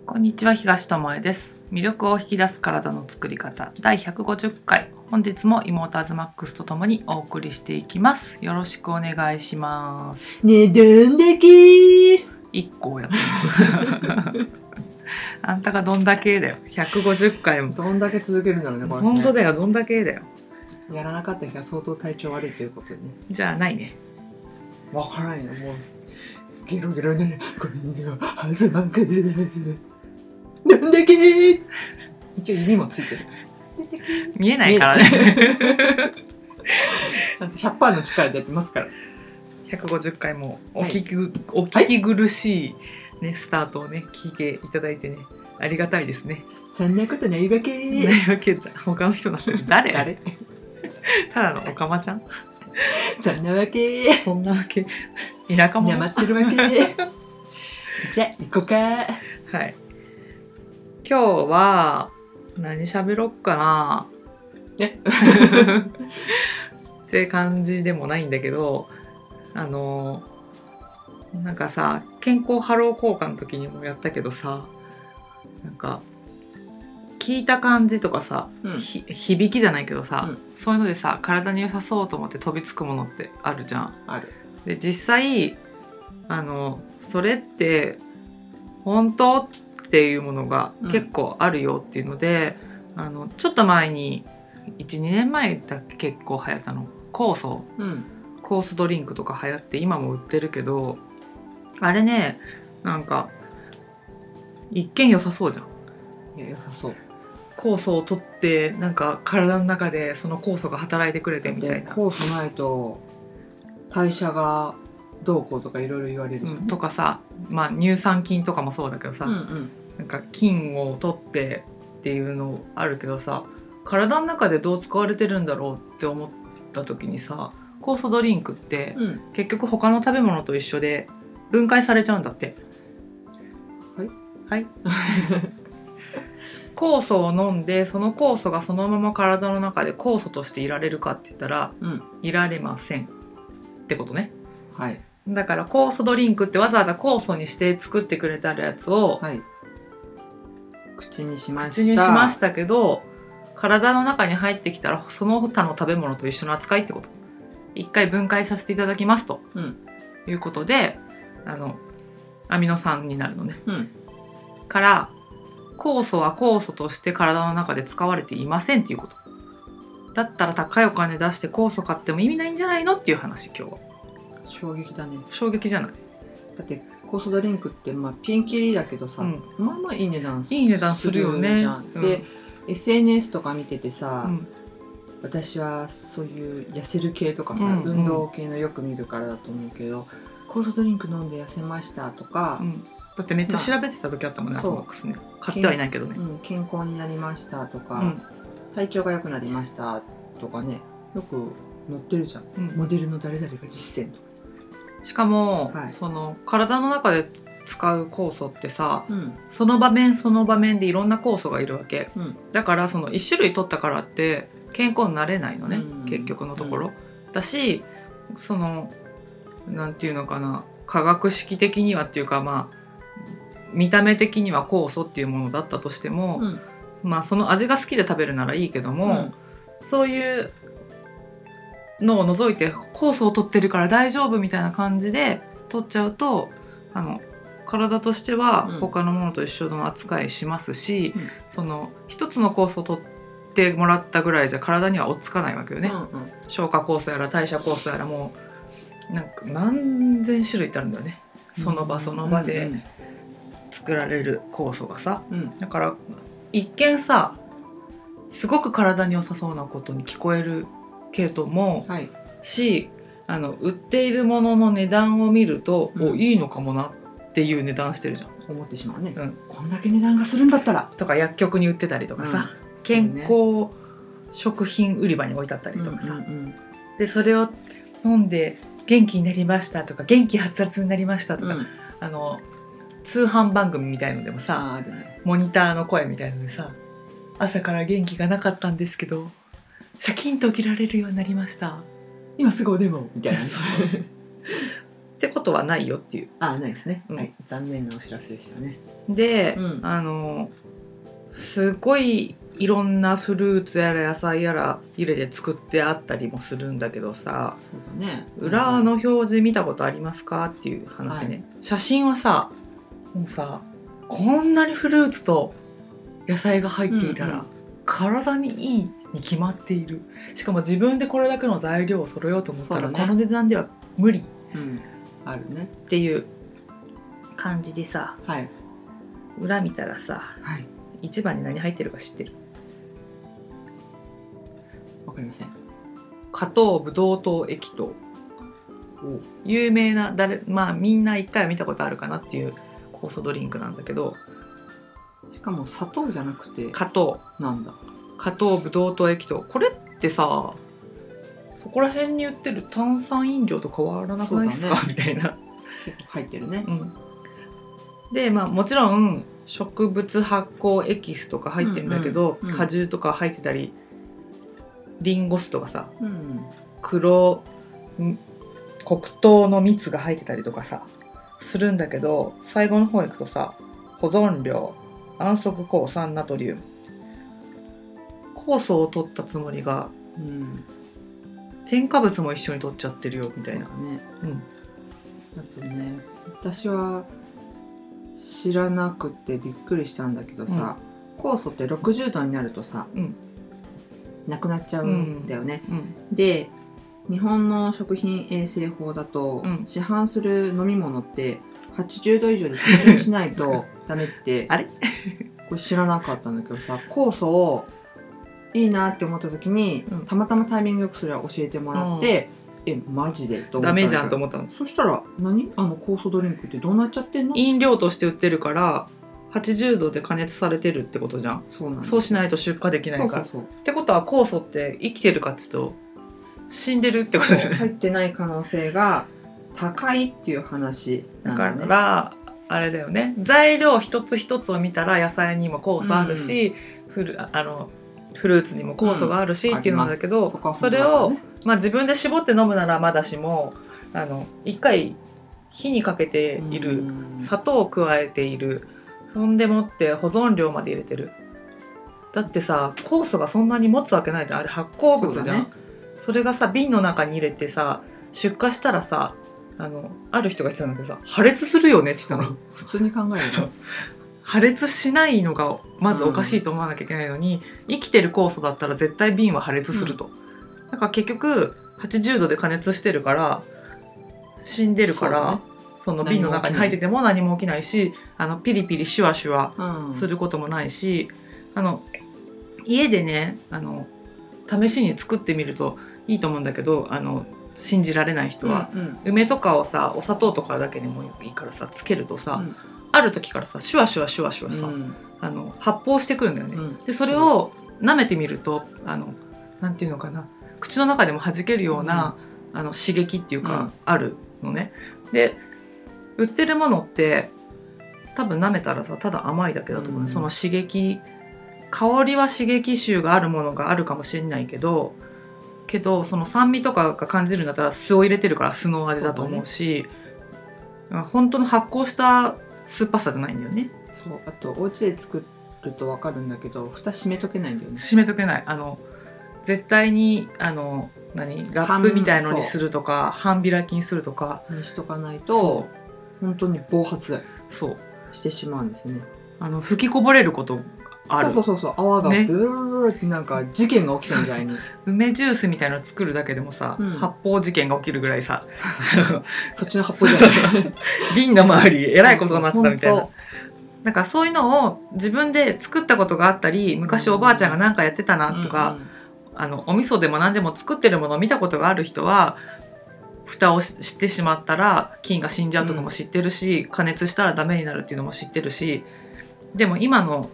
こんにちは、東智恵です。魅力を引き出す体の作り方第150回、本日も妹アズマックスとともにお送りしていきます。よろしくお願いします。 ねえ、どんだけ 1個やってるあんたがどんだけだよ。150回もどんだけ続けるんだろうね、これね。 本当だよ、どんだけだよ。 やらなかった日は相当体調悪いということでね。 じゃあないね。 わからんよ、もうゲロゲロでね、こんにちは、アズマックスです。どんだけ一応指もついてる。 見えないからねちゃんと 100% の力でやってますから。 150回もお聞き苦しい、ね、スタートをね聞いていただいてね、ありがたいですね。 そんなことないわけ。 ないわけだ。他の人だって誰ただのおかまちゃん。 そんなわけ。 そんなわけ。田舎者。 やまってるわけ。じゃあ行こうか。 はい。今日は何喋ろっかな。って感じでもないんだけど、なんかさ、健康ハロー効果の時にもやったけどさ、なんか聞いた感じとかさ、響きじゃないけどさ、そういうのでさ、体に良さそうと思って飛びつくものってあるじゃん。 ある。 で、実際それって本当っていうものが結構あるよっていうので、ちょっと前に 1,2 年前だっけ結構流行ったの、酵素、酵素ドリンクとか流行って今も売ってるけど、あれね、なんか一見良さそうじゃん。 いや、良さそう。 酵素を取ってなんか体の中でその酵素が働いてくれてみたいな。 酵素ないと代謝がどうこうとかいろいろ言われるじゃん、 とかさ、まあ、乳酸菌とかもそうだけどさ、なんか菌を取ってっていうのあるけどさ、体の中でどう使われてるんだろうって思った時にさ、酵素ドリンクって、結局他の食べ物と一緒で分解されちゃうんだって。はい酵素を飲んで、その酵素がそのまま体の中で酵素としていられるかって言ったら、いられませんってことね。 はい。 だから酵素ドリンクってわざわざ酵素にして作ってくれてあるやつを、 口にしましたけど、体の中に入ってきたらその他の食べ物と一緒の扱いってこと。一回分解させていただきますと、いうことで、アミノ酸になるのね、から酵素は酵素として体の中で使われていませんっていうこと。だったら高いお金出して酵素買っても意味ないんじゃないのっていう話、今日は。 衝撃だね。 衝撃じゃない？ だって酵素ドリンクってピンキリだけどさ、まあまあいい値段するよね。 で、SNS とか見ててさ、私はそういう痩せる系とかさ、運動系のよく見るからだと思うけど、酵素ドリンク飲んで痩せましたとか、 だってめっちゃ調べてた時あったもんね、アスマックスね。買ってはいないけどね。 健康になりましたとか、体調が良くなりましたとかね、よく載ってるじゃん。モデルの誰々が実践とか。 しかも、その体の中で使う酵素ってさ、その場面その場面でいろんな酵素がいるわけ、だからその1種類取ったからって健康になれないのね、結局のところ、だし、そのなんていうのかな、科学式的にはっていうか、まあ見た目的には酵素っていうものだったとしても、まあその味が好きで食べるならいいけども、そういうのを除いて酵素を取ってるから大丈夫みたいな感じで取っちゃうと、体としては他のものと一緒の扱いしますし、その一つの酵素を取ってもらったぐらいじゃ体には追っつかないわけよね、消化酵素やら代謝酵素やら、もうなんか何千種類ってあるんだよね、その場その場で作られる酵素がさ、だから一見さ、すごく体に良さそうなことに聞こえるけれども、し、売っているものの値段を見ると、いいのかもなっていう値段してるじゃん。 思ってしまうね、こんだけ値段がするんだったらとか、薬局に売ってたりとかさ、健康食品売り場に置いてあったりとかさ、でそれを飲んで元気になりましたとか、元気はつらつになりましたとか、通販番組みたいのでもさ、モニターの声みたいのでさ、朝から元気がなかったんですけどシャキンと起きられるようになりました、 今すぐおでもみたいなっってことはないよっていう。 ないですね、はい、残念なお知らせでしたね。 で、すごいいろんなフルーツやら野菜やら入れて作ってあったりもするんだけどさ、 そうだね、 裏の表示見たことありますかっていう話ね、写真はさもうさこんなにフルーツと野菜が入っていたら、体にいいに決まっている。しかも自分でこれだけの材料を揃えようと思ったら、この値段では無理、 あるねっていう感じでさ、裏見たらさ、一番に何入ってるか知ってる？ わかりません。 加糖ブドウ糖液糖、有名なみんな一回は見たことあるかなっていう酵素ドリンクなんだけど、 しかも砂糖じゃなくて加糖なんだ。 加糖ブドウ糖液糖、これってさそこら辺に売ってる炭酸飲料と変わらなくないですか、みたいな。 結構入ってるね、 でもちろん植物発酵エキスとか入ってるんだけど、果汁とか入ってたりリンゴ酢とかさ、黒糖の蜜が入ってたりとかさするんだけど、最後の方行くとさ保存料、安息酵酸ナトリウム、酵素を取ったつもりが、添加物も一緒に取っちゃってるよみたいな。 だってね、私は知らなくてびっくりしたんだけどさ、酵素って60度になるとさ、なくなっちゃうんだよね。で、日本の食品衛生法だと、市販する飲み物って80度以上で加熱しないとダメってあれこれ知らなかったんだけどさ、酵素をいいなって思った時に、たまたまタイミングよくそれは教えてもらって、マジでと思ったダメじゃんと思ったの。 そしたら酵素ドリンクってどうなっちゃってんの？ 飲料として売ってるから80度で加熱されてるってことじゃん。そうしないと出荷できないから。ってことは酵素って生きてるかっつうと死んでるってことだよね。 入ってない可能性が高いっていう話なんだね。 だからあれだよね、材料一つ一つを見たら野菜にも酵素あるし、フルーツにも酵素があるし、っていうのだけど、それを、自分で絞って飲むならまだしも一回火にかけている、砂糖を加えている、そんでもって保存料まで入れてる。だってさ酵素がそんなに持つわけないじゃん。あれ発酵物じゃん。それがさ瓶の中に入れてさ出荷したらさある人が言ってたんだけどさ、破裂するよねって言ったの。 普通に考えると破裂しないのがまずおかしいと思わなきゃいけないのに、生きてる酵素だったら絶対瓶は破裂すると、だから結局80度で加熱してるから死んでるから、その瓶の中に入ってても何も起きないし、ピリピリシュワシュワすることもないし、家でね試しに作ってみるといいと思うんだけど、信じられない人は、梅とかをさお砂糖とかだけでもいいからさつけるとさ、ある時からさシュワシュワシュワシュワさ、発泡してくるんだよね。でそれを舐めてみるとなんていうのかな、口の中でも弾けるような、刺激っていうか、あるのね。で売ってるものって多分舐めたらさただ甘いだけだと思う、その刺激、香りは刺激臭があるものがあるかもしれないけどその酸味とかが感じるんだったら酢を入れてるから酢の味だと思うし、本当の発酵した酸っぱさじゃないんだよね。 そう、あとお家で作ると分かるんだけど蓋閉めとけないんだよね。 閉めとけない。絶対にラップみたいのにするとか半開きにするとかにしとかないと本当に暴発そうしてしまうんですね。 吹きこぼれることある。 そう泡がブーってなんか事件が起きたみたいに、 梅ジュースみたいなの作るだけでもさ、発泡事件が起きるぐらいさそっちの発泡じゃない瓶の周りえらいことになってたみたいな。なんかそういうのを自分で作ったことがあったり、昔おばあちゃんが何かやってたなとか、お味噌でも何でも作ってるものを見たことがある人は蓋をしてしまったら菌が死んじゃうとかも知ってるし、加熱したらダメになるっていうのも知ってるし、でも今の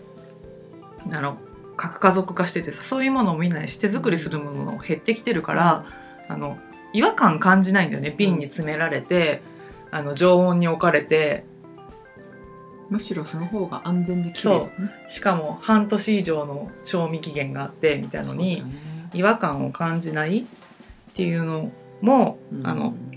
核家族化しててさ、そういうものを見ないし手作りするものも減ってきてるから、違和感感じないんだよね。瓶に詰められて常温に置かれて、 むしろその方が安全できるよね。 しかも半年以上の賞味期限があってみたいのに、違和感を感じないっていうのも、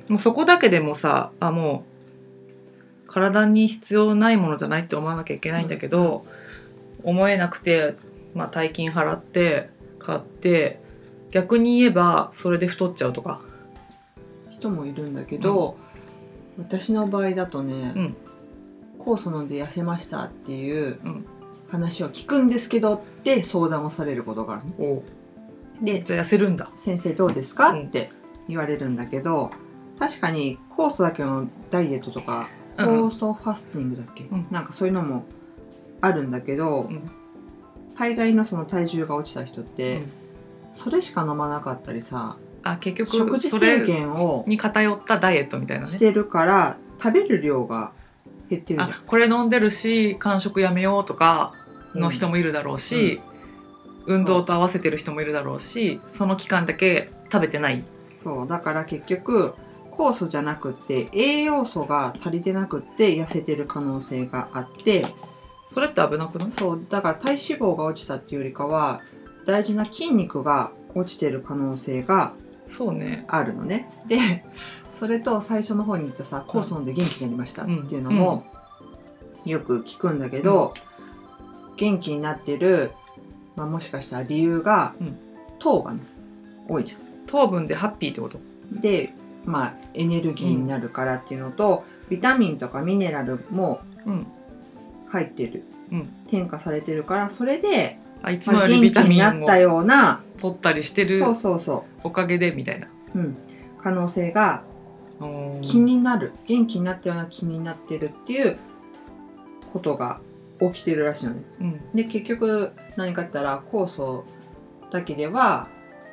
もうそこだけでもさもう体に必要ないものじゃないって思わなきゃいけないんだけど、思えなくて、大金払って買って逆に言えばそれで太っちゃうとか人もいるんだけど、私の場合だとね、酵素飲んで痩せましたっていう話を聞くんですけどって相談をされることがあるの。で、 じゃあ痩せるんだ。 先生どうですか、って言われるんだけど、確かに酵素だけのダイエットとか、酵素ファスティングだっけ、なんかそういうのもあるんだけど、大概のその体重が落ちた人って、それしか飲まなかったりさ、 結局食事制限をに偏ったダイエットみたいなねしてるから食べる量が減ってるじゃん。 これ飲んでるし間食やめようとかの人もいるだろうし、運動と合わせてる人もいるだろうし、その期間だけ食べてない。 そうだから結局酵素じゃなくって栄養素が足りてなくって痩せてる可能性があって、 それって危なくない？ そうだから体脂肪が落ちたっていうよりかは大事な筋肉が落ちてる可能性があるのね。でそれと最初の方に言ったさ、酵素飲んで元気になりましたっていうのもよく聞くんだけど、元気になってる、もしかしたら理由が、糖がね多いじゃん。 糖分でハッピーってこと？ でエネルギーになるからっていうのと、ビタミンとかミネラルも入ってる、添加されてるから、それでいつもよりビタミンを元気になったような取ったりしてるおかげでみたいな、 可能性が気になる、元気になったような気になってるっていうことが起きてるらしいのね。で結局何かって言ったら酵素だけでは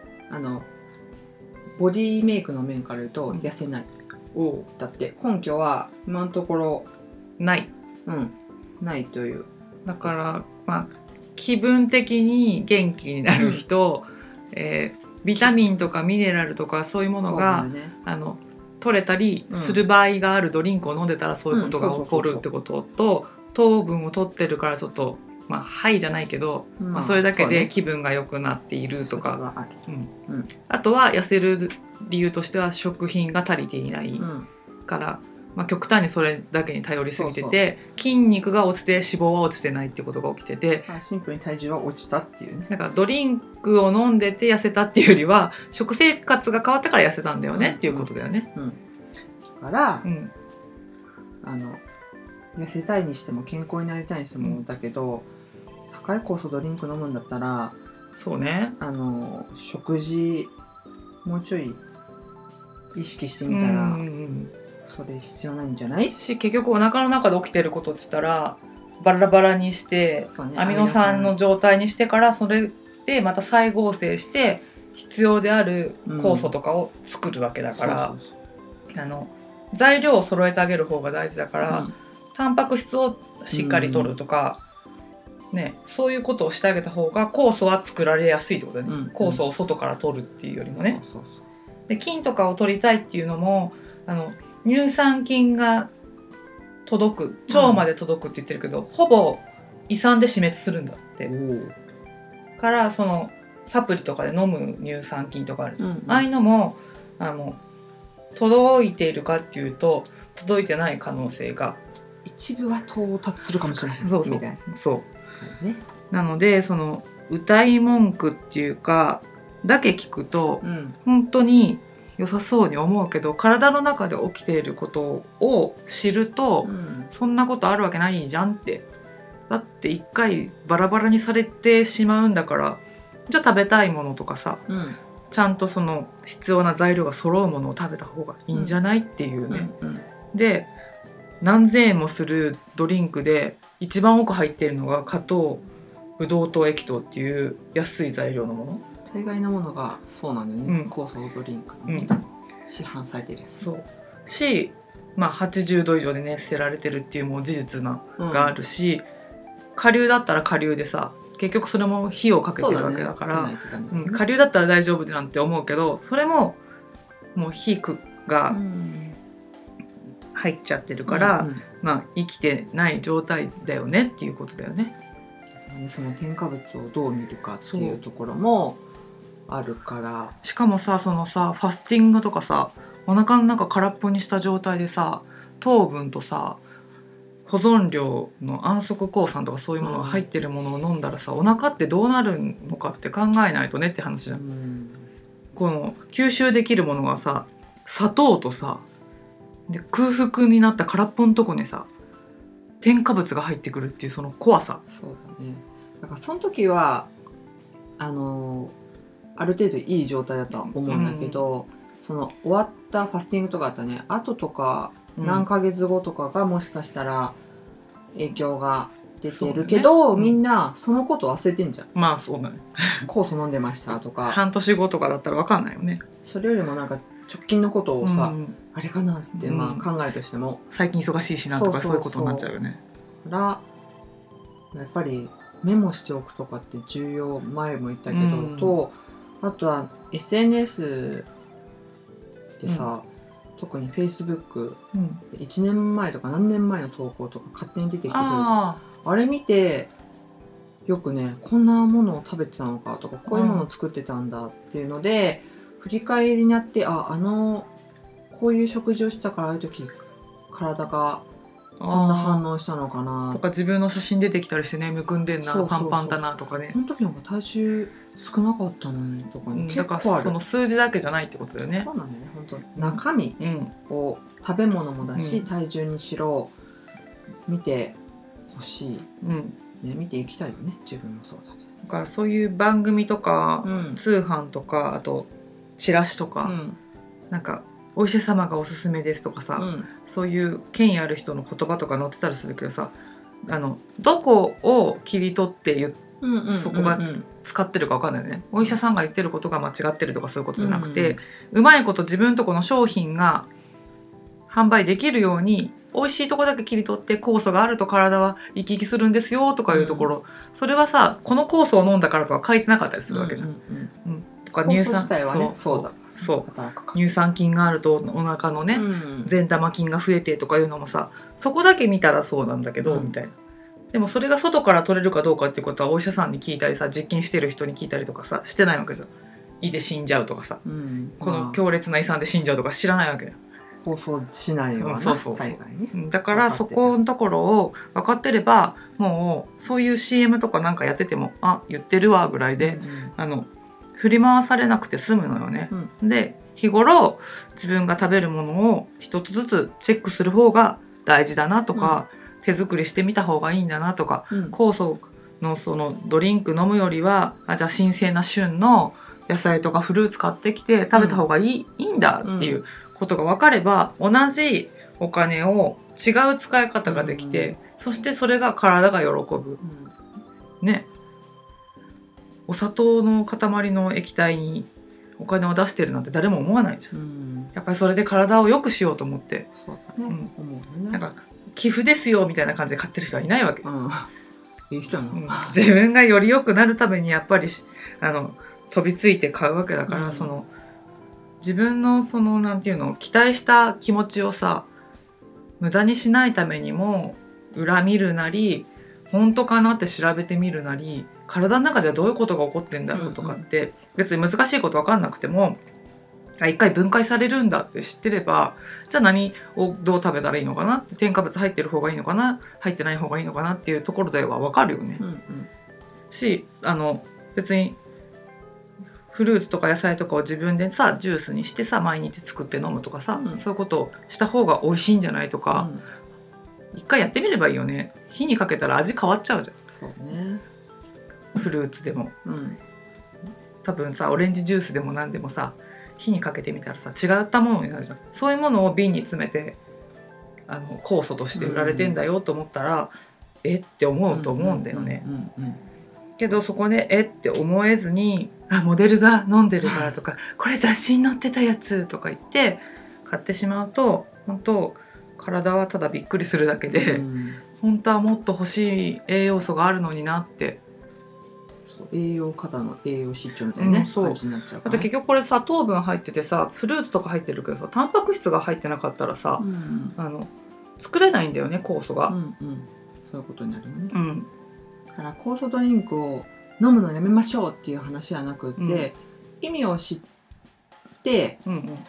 ボディメイクの面から言うと痩せない、だって根拠は今のところない、 ないという。 だから気分的に元気になる人、ビタミンとかミネラルとかそういうものが、取れたりする場合があるドリンクを飲んでたらそういうことが起こるってことと、糖分を取ってるからちょっとはいじゃないけど、それだけで気分が良くなっているとか、あとは痩せる理由としては食品が足りていないから、極端にそれだけに頼りすぎてて、筋肉が落ちて脂肪は落ちてないっていうことが起きてて、 シンプルに体重は落ちたっていうね。 だからドリンクを飲んでて痩せたっていうよりは食生活が変わったから痩せたんだよねっていうことだよね。 だから、痩せたいにしても健康になりたいにしてもだけど、高い酵素ドリンク飲むんだったら、 そうね、 食事もうちょい意識してみたら、それ必要ないんじゃないし、結局お腹の中で起きてることって言ったらバラバラにして、アミノ酸の状態にしてから、それでまた再合成して必要である酵素とかを作るわけだから、材料を揃えてあげる方が大事だから、タンパク質をしっかり取るとか、そういうことをしてあげた方が酵素は作られやすいってことだね、酵素を外から取るっていうよりもね。で菌とかを取りたいっていうのも乳酸菌が届く、腸まで届くって言ってるけど、ほぼ胃酸で死滅するんだって。からそのサプリとかで飲む乳酸菌とかあるじゃん、ああいうのも届いているかっていうと届いてない可能性が、 一部は到達するかもしれないみたいな。 なのでその謳い文句っていうかだけ聞くと、本当に良さそうに思うけど、体の中で起きていることを知ると、そんなことあるわけないじゃんって。だって一回バラバラにされてしまうんだから、じゃあ食べたいものとかさ、ちゃんとその必要な材料が揃うものを食べた方がいいんじゃないっていうね。で何千円もするドリンクで一番多く入っているのが果糖、ブドウ糖、液糖っていう安い材料のもの。 大概のものがそうなんだよね、酵素ドリンクに市販されてるやつ。 そうし、80度以上で熱せられてるっていうもう事実があるし、顆粒だったら顆粒でさ、結局それも火をかけてるわけだから、顆粒だったら大丈夫なんて思うけど、それももう火が入っちゃってるから、生きてない状態だよねっていうことだよね。 その添加物をどう見るかっていうところもあるから。 しかもさ、そのさファスティングとかさお腹の中空っぽにした状態でさ糖分とさ保存料の安息抗酸とかそういうものが入ってるものを飲んだらさ、お腹ってどうなるのかって考えないとねって話じゃん。この吸収できるものがさ砂糖とさで空腹になった空っぽのとこにさ添加物が入ってくるっていうその怖さ。 そうだね。だからその時はある程度いい状態だとは思うんだけど、その終わったファスティングとかあったね後とか何ヶ月後とかがもしかしたら影響が出てるけど、みんなそのこと忘れてんじゃん。 まあそうだね。 酵素飲んでましたとか半年後とかだったら分かんないよね。 それよりもなんか直近のことをさ、あれかなってまあ考えるとしても、 最近忙しいしなとかそういうことになっちゃうよね。 やっぱりメモしておくとかって重要、前も言ったけど、とあとは SNS でさ、特に Facebook、1年前とか何年前の投稿とか勝手に出てきてくるじゃん。あれ見てよくね、こんなものを食べてたのかとかこういうものを作ってたんだっていうので、振り返りになってこういう食事をしたからああいう時体がこんな反応したのかなとか、自分の写真出てきたりしてね、むくんでんな、パンパンだなとかね。 この時なんか体重少なかったのにとかね、 結構ある。だからその数字だけじゃないってことだよね。 そうなんだよね。本当中身を、食べ物もだし、体重にしろ見てほしい、ね、見ていきたいよね。自分もそうだね。 だからそういう番組とか、通販とか、あとチラシとか、なんかお医者様がおすすめですとかさ、そういう権威ある人の言葉とか載ってたりするけどさ、どこを切り取ってそこが使ってるか分かんないよね。お医者さんが言ってることが間違ってるとかそういうことじゃなくて、うまいこと自分とこの商品が販売できるように美味しいとこだけ切り取って、酵素があると体は生き生きするんですよとかいうところ、それはさこの酵素を飲んだからとは書いてなかったりするわけじゃん。とか乳酸、乳酸菌があるとお腹のね、善玉菌が増えてとかいうのもさ、そこだけ見たらそうなんだけど、みたいな。でもそれが外から取れるかどうかっていうことはお医者さんに聞いたりさ、実験してる人に聞いたりとかさしてないわけじゃん。胃で死んじゃうとかさ、この強烈な胃酸で死んじゃうとか知らないわけよ。 放送しないような、海外ね。 だからそこのところを分かってれば、もうそういう CM とかなんかやってても言ってるわぐらいで、振り回されなくて済むのよね。で日頃自分が食べるものを一つずつチェックする方が大事だなとか、手作りしてみた方がいいんだなとか、酵素のそのドリンク飲むよりはじゃあ新鮮な旬の野菜とかフルーツ買ってきて食べた方がいいんだっていうことが分かれば、同じお金を違う使い方ができて、そしてそれが体が喜ぶ、ね。お砂糖の塊の液体にお金を出してるなんて誰も思わないじゃん。やっぱりそれで体を良くしようと思って、なんか寄付ですよみたいな感じで買ってる人はいないわけじゃん。 いい人やな。 自分がより良くなるためにやっぱり飛びついて買うわけだから、その自分のそのなんていうの、期待した気持ちをさ無駄にしないためにも裏見るなり、本当かなって調べてみるなり、体の中ではどういうことが起こってんだろうとかって、別に難しいこと分かんなくても一回分解されるんだって知ってれば、じゃあ何をどう食べたらいいのかなって、添加物入ってる方がいいのかな、入ってない方がいいのかなっていうところでは分かるよね。し別にフルーツとか野菜とかを自分でさジュースにしてさ毎日作って飲むとかさ、そういうことをした方が美味しいんじゃないとか、一回やってみればいいよね。火にかけたら味変わっちゃうじゃん。 そうね。 フルーツでも、多分さオレンジジュースでも何でもさ火にかけてみたらさ違ったものになるじゃん。そういうものを瓶に詰めて酵素として売られてんだよと思ったら、って思うと思うんだよね。けどそこでって思えずに、モデルが飲んでるからとかこれ雑誌に載ってたやつとか言って買ってしまうと、本当体はただびっくりするだけで、本当はもっと欲しい栄養素があるのになって。 栄養過多の栄養失調みたいな感じになっちゃうから、 だって結局これさ糖分入っててさフルーツとか入ってるけどさ、タンパク質が入ってなかったらさ、作れないんだよね酵素が。 そういうことになるよね。だから酵素ドリンクを飲むのやめましょうっていう話じゃなくって、意味を知って、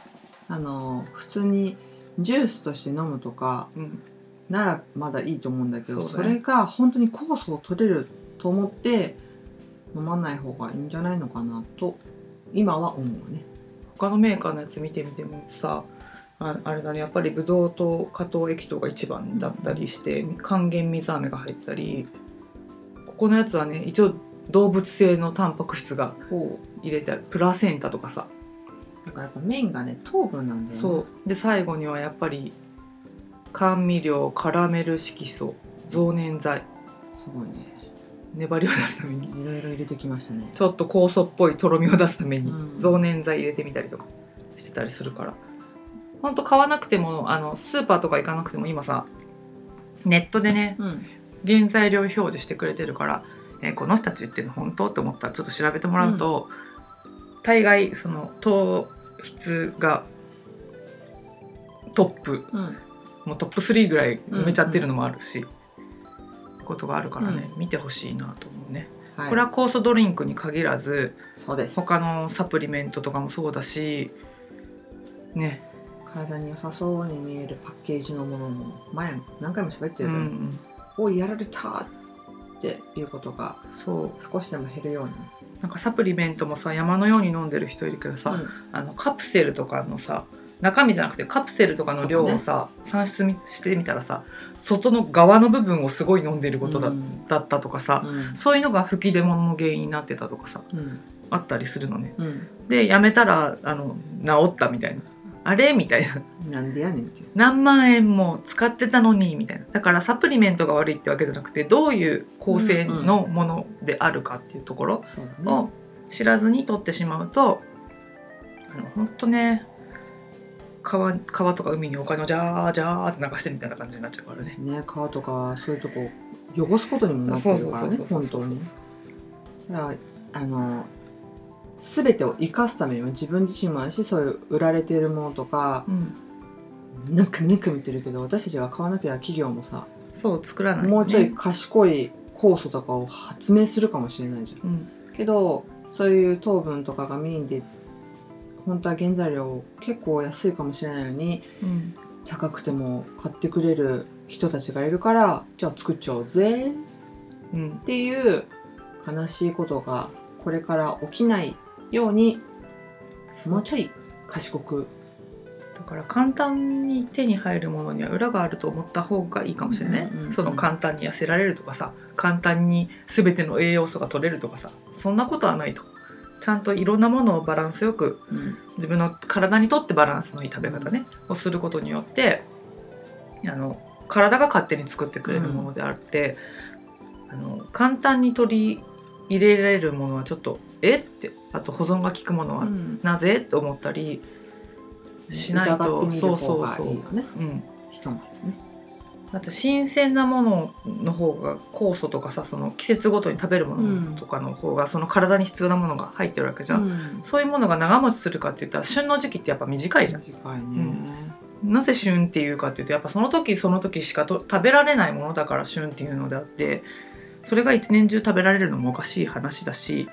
普通にジュースとして飲むとかならまだいいと思うんだけど、それが本当に酵素を取れると思って飲まない方がいいんじゃないのかなと今は思うね。 他のメーカーのやつ見てみてもさ、あれだね、やっぱりブドウ糖果糖液糖が一番だったりして、還元水飴が入ったり、ここのやつはね一応動物性のタンパク質が入れてある、プラセンタとかさ。 だからやっぱメインがね糖分なんだよね。 そうで最後にはやっぱり甘味料、カラメル色素、増粘剤、 すごいね、 粘りを出すためにいろいろ入れてきましたね。 ちょっと酵素っぽいとろみを出すために増粘剤入れてみたりとかしてたりするから、ほんと買わなくてもスーパーとか行かなくても今さネットでね、原材料表示してくれてるから、この人たち言ってるの本当って思ったらちょっと調べてもらうと、大概その糖質がトップ、もうトップ3ぐらい埋めちゃってるのもあるし、ことがあるからね、見てほしいなと思うね。これは酵素ドリンクに限らず、 そうです、 他のサプリメントとかもそうだしね、 体に良さそうに見えるパッケージのものも前何回も喋ってるけど、おいやられたっていうことが少しでも減るように。 なんかサプリメントもさ山のように飲んでる人いるけどさ、カプセルとかのさ中身じゃなくてカプセルとかの量をさ、算出してみたらさ、外の側の部分をすごい飲んでることだったとかさ、そういうのが吹き出物の原因になってたとかさ、あったりするのね。でやめたら治ったみたいな、あれみたいな、 なんでやねんっていう、 何万円も使ってたのにみたいな。だからサプリメントが悪いってわけじゃなくて、どういう構成のものであるかっていうところを知らずに取ってしまうと、ほんとね、川とか海にお金をジャージャーって流してるみたいな感じになっちゃうからね。 川とかそういうとこ汚すことにもなってるからね、本当に。だから全てを生かすためには自分自身もあるし、そういう売られているものとか、なんか見てるけど、私たちが買わなきゃ企業もさ、 そう作らない、 もうちょい賢い酵素とかを発明するかもしれないじゃん、けどそういう糖分とかがメインで本当は原材料結構安いかもしれないのに、高くても買ってくれる人たちがいるから、じゃあ作っちゃおうぜ、っていう悲しいことがこれから起きないように、もうちょい賢く。 だから簡単に手に入るものには裏があると思った方がいいかもしれないね。その簡単に痩せられるとかさ、簡単に全ての栄養素が取れるとかさ、そんなことはないと。ちゃんといろんなものをバランスよく、自分の体にとってバランスのいい食べ方ね、をすることによって体が勝手に作ってくれるものであって、簡単に取り入れられるものはちょっとって、あと保存が効くものはなぜって思ったりしないと、そうひとまずね。 だって新鮮なものの方が酵素とかさ、その季節ごとに食べるものとかの方が、その体に必要なものが入ってるわけじゃん、そういうものが長持ちするかって言ったら旬の時期ってやっぱ短いじゃん。 短いね、 なぜ旬っていうかっていうと、やっぱその時その時しか食べられないものだから旬っていうのであって、それが一年中食べられるのもおかしい話だし、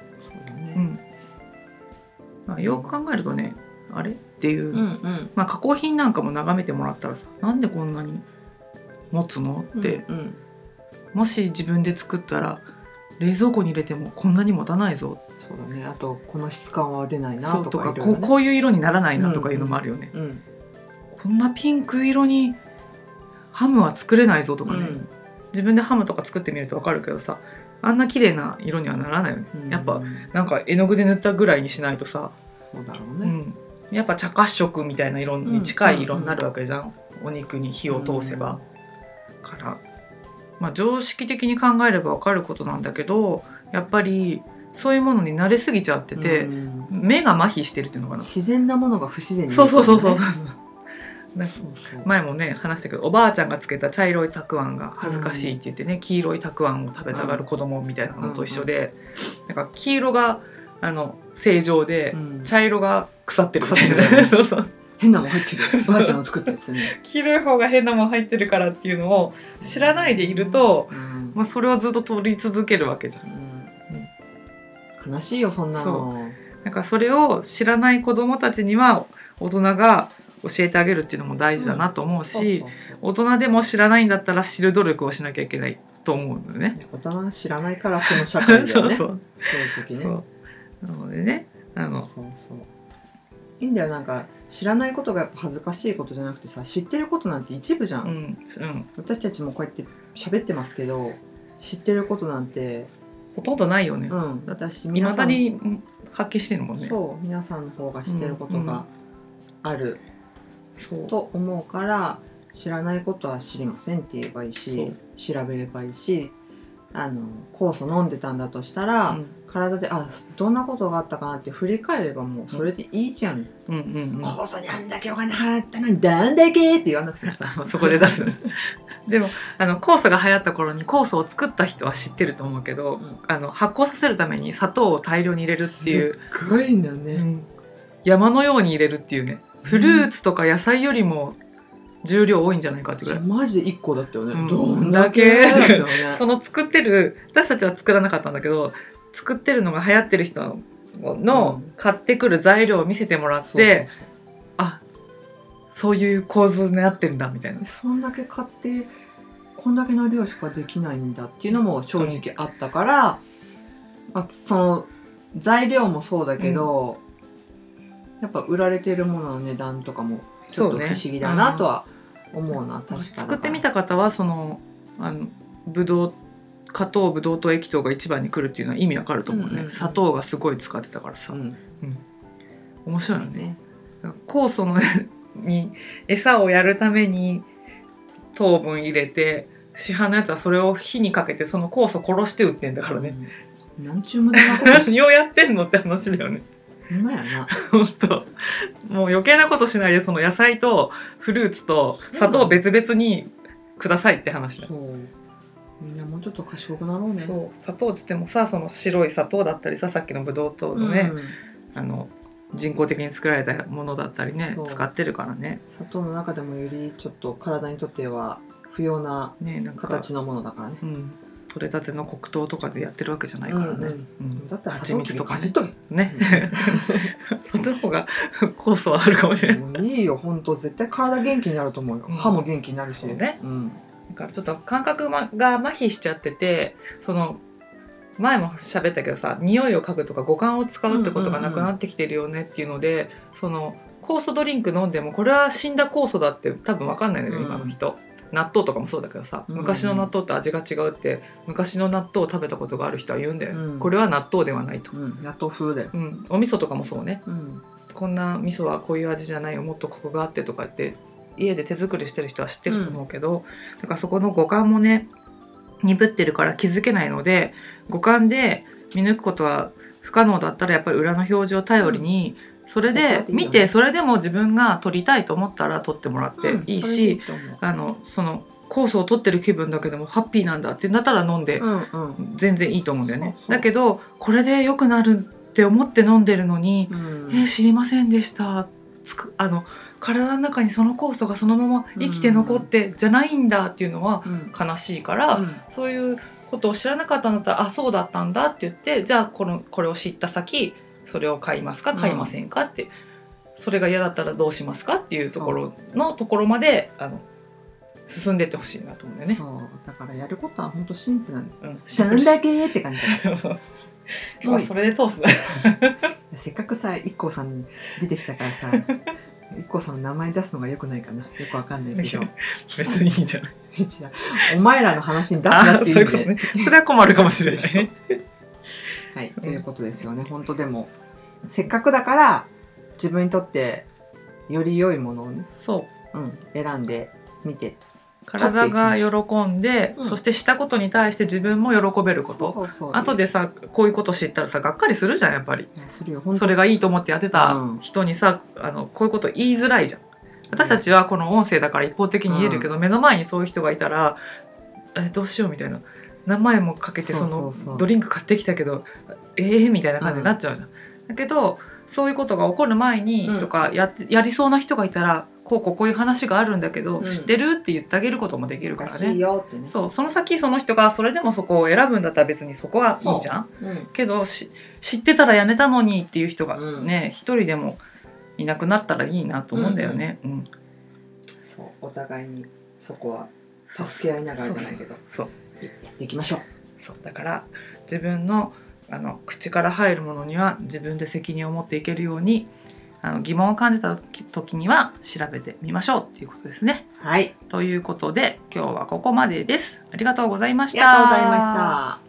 よく考えるとね、あれっていう、加工品なんかも眺めてもらったらさ、なんでこんなに持つのって、もし自分で作ったら冷蔵庫に入れてもこんなに持たないぞ。 そうだね。あとこの質感は出ないなとか、 こういう色にならないなとかいうのもあるよね。こんなピンク色にハムは作れないぞとかね、自分でハムとか作ってみると分かるけどさ、あんな綺麗な色にはならないよね、やっぱなんか絵の具で塗ったぐらいにしないとさ、 そうだろうね、 やっぱ茶褐色みたいな色に近い色になるわけじゃん、お肉に火を通せば、から常識的に考えれば分かることなんだけど、やっぱりそういうものに慣れすぎちゃってて、目が麻痺してるっていうのかな。 自然なものが不自然に、 そう前もね話したけど、おばあちゃんがつけた茶色いたくあんが恥ずかしいって言ってね、黄色いたくあんを食べたがる子供みたいなのと一緒で、なんか黄色が正常で、茶色が腐ってるみたいな変なもん入ってるおばあちゃんの作ったやつね黄色い方が変なもん入ってるからっていうのを知らないでいると、それをずっと取り続けるわけじゃん、 悲しいよそんなの。 なんかそれを知らない子どもたちには大人が教えてあげるっていうのも大事だなと思うし、大人でも知らないんだったら知る努力をしなきゃいけないと思うんだよね。 大人は知らないからこの社会だよねそう正直ね。 なのでねそういいんだよ。なんか知らないことがやっぱ恥ずかしいことじゃなくてさ、知ってることなんて一部じゃん、私たちもこうやって喋ってますけど、知ってることなんてほとんどないよね。 私未だに発揮してるもんね。 そう皆さんの方が知ってることがある、と思うから、知らないことは知りませんって言えばいいし、調べればいいし、酵素飲んでたんだとしたら、体でどんなことがあったかなって振り返ればもうそれでいいじゃん。酵素にあんだけお金払ったのにどんだけって言わなくてもさそこで出すでも酵素が流行った頃に酵素を作った人は知ってると思うけど、発酵させるために砂糖を大量に入れるっていうすごいんだね、 山のように入れるっていうね、フルーツとか野菜よりも重量多いんじゃないかってぐらい。 マジで1個だったよね、 どんだけだったよねその作ってる、私たちは作らなかったんだけど、作ってるのが流行ってる人の買ってくる材料を見せてもらって、そういう構図になってるんだみたいな。 そんだけ買ってこんだけの量しかできないんだっていうのも正直あったから、その材料もそうだけど、やっぱ売られてるものの値段とかもちょっと不思議だなとは思うな。確かに作ってみた方はブドウ加糖ブドウ糖液糖が一番に来るっていうのは意味わかると思うね、砂糖がすごい使ってたからさ、面白いよね。酵素のに餌をやるために糖分入れて、市販のやつはそれを火にかけてその酵素殺して売ってんだからね、 なんちゅう無駄なこと何をやってんのって話だよね。 ほんまやな。 本当もう余計なことしないで、その野菜とフルーツと砂糖を別々にくださいって話だ。 みんなもうちょっと賢くなろうね。 砂糖っつってもさ、その白い砂糖だったりさ、さっきのブドウ糖のね、人工的に作られたものだったりね、使ってるからね。 砂糖の中でもよりちょっと体にとっては不要な形のものだからね。 取れたての黒糖とかでやってるわけじゃないからね。 だったら蜂蜜とかね。 そっちの方が酵素はあるかもしれない。 いいよ、本当絶対体元気になると思うよ。歯も元気になるしね。 だからちょっと感覚が麻痺しちゃってて、その前も喋ったけどさ、匂いを嗅ぐとか五感を使うってことがなくなってきてるよねっていうので、その酵素ドリンク飲んでもこれは死んだ酵素だって多分分かんないんだよ、今の人。納豆とかもそうだけどさ、昔の納豆と味が違うって昔の納豆を食べたことがある人は言うんだよ、これは納豆ではないと、 納豆風だよ、 お味噌とかもそうね、こんな味噌はこういう味じゃないよ、もっとコクがあってとかって家で手作りしてる人は知ってると思うけど、だからそこの五感もね鈍ってるから気づけないので、五感で見抜くことは不可能だったらやっぱり裏の表示を頼りに、それで見て、それでも自分が撮りたいと思ったら撮ってもらっていいし、その酵素を取ってる気分だけでもハッピーなんだってなったら飲んで全然いいと思うんだよね。だけどこれで良くなるって思って飲んでるのに、知りませんでした、体の中にその酵素がそのまま生きて残ってじゃないんだっていうのは悲しいから、そういうことを知らなかったんだったら、そうだったんだって言って、じゃあこれを知った先それを買いますか買いませんかって、それが嫌だったらどうしますかっていうところまで進んでってほしいなと思うんだよね。 そうだからやることは本当シンプルなんだよ、そんだけって感じ今日それで通すせっかくさ IKKO さん出てきたからさIKKOさんの名前出すのがよくないかな、よくわかんないけど別にいいんじゃないお前らの話に出すなっていう意味で、 それは困るかもしれないはい、ということですよね。本当でもせっかくだから自分にとってより良いものをね、選んでみて、 体が喜んで、そしてしたことに対して自分も喜べること。後でさ、こういうこと知ったらさ、がっかりするじゃん、やっぱり。それがいいと思ってやってた人にさ、こういうこと言いづらいじゃん。私たちはこの音声だから一方的に言えるけど、目の前にそういう人がいたらどうしようみたいな、何万円もかけてそのドリンク買ってきたけどみたいな感じになっちゃうじゃん。だけどそういうことが起こる前にとかやりそうな人がいたら、こういう話があるんだけど、知ってるって言ってあげることもできるからね。そう、その先その人がそれでもそこを選ぶんだったら別にそこはいいじゃん。けど知ってたらやめたのにっていう人がね、一人でもいなくなったらいいなと思うんだよね。 そうお互いにそこは助け合いながらじゃないけどやっていきましょう。 そうだから自分の口から入るものには自分で責任を持っていけるように疑問を感じた時には調べてみましょうっていうことですね。 はい。 ということで今日はここまでです。ありがとうございました。 ありがとうございました。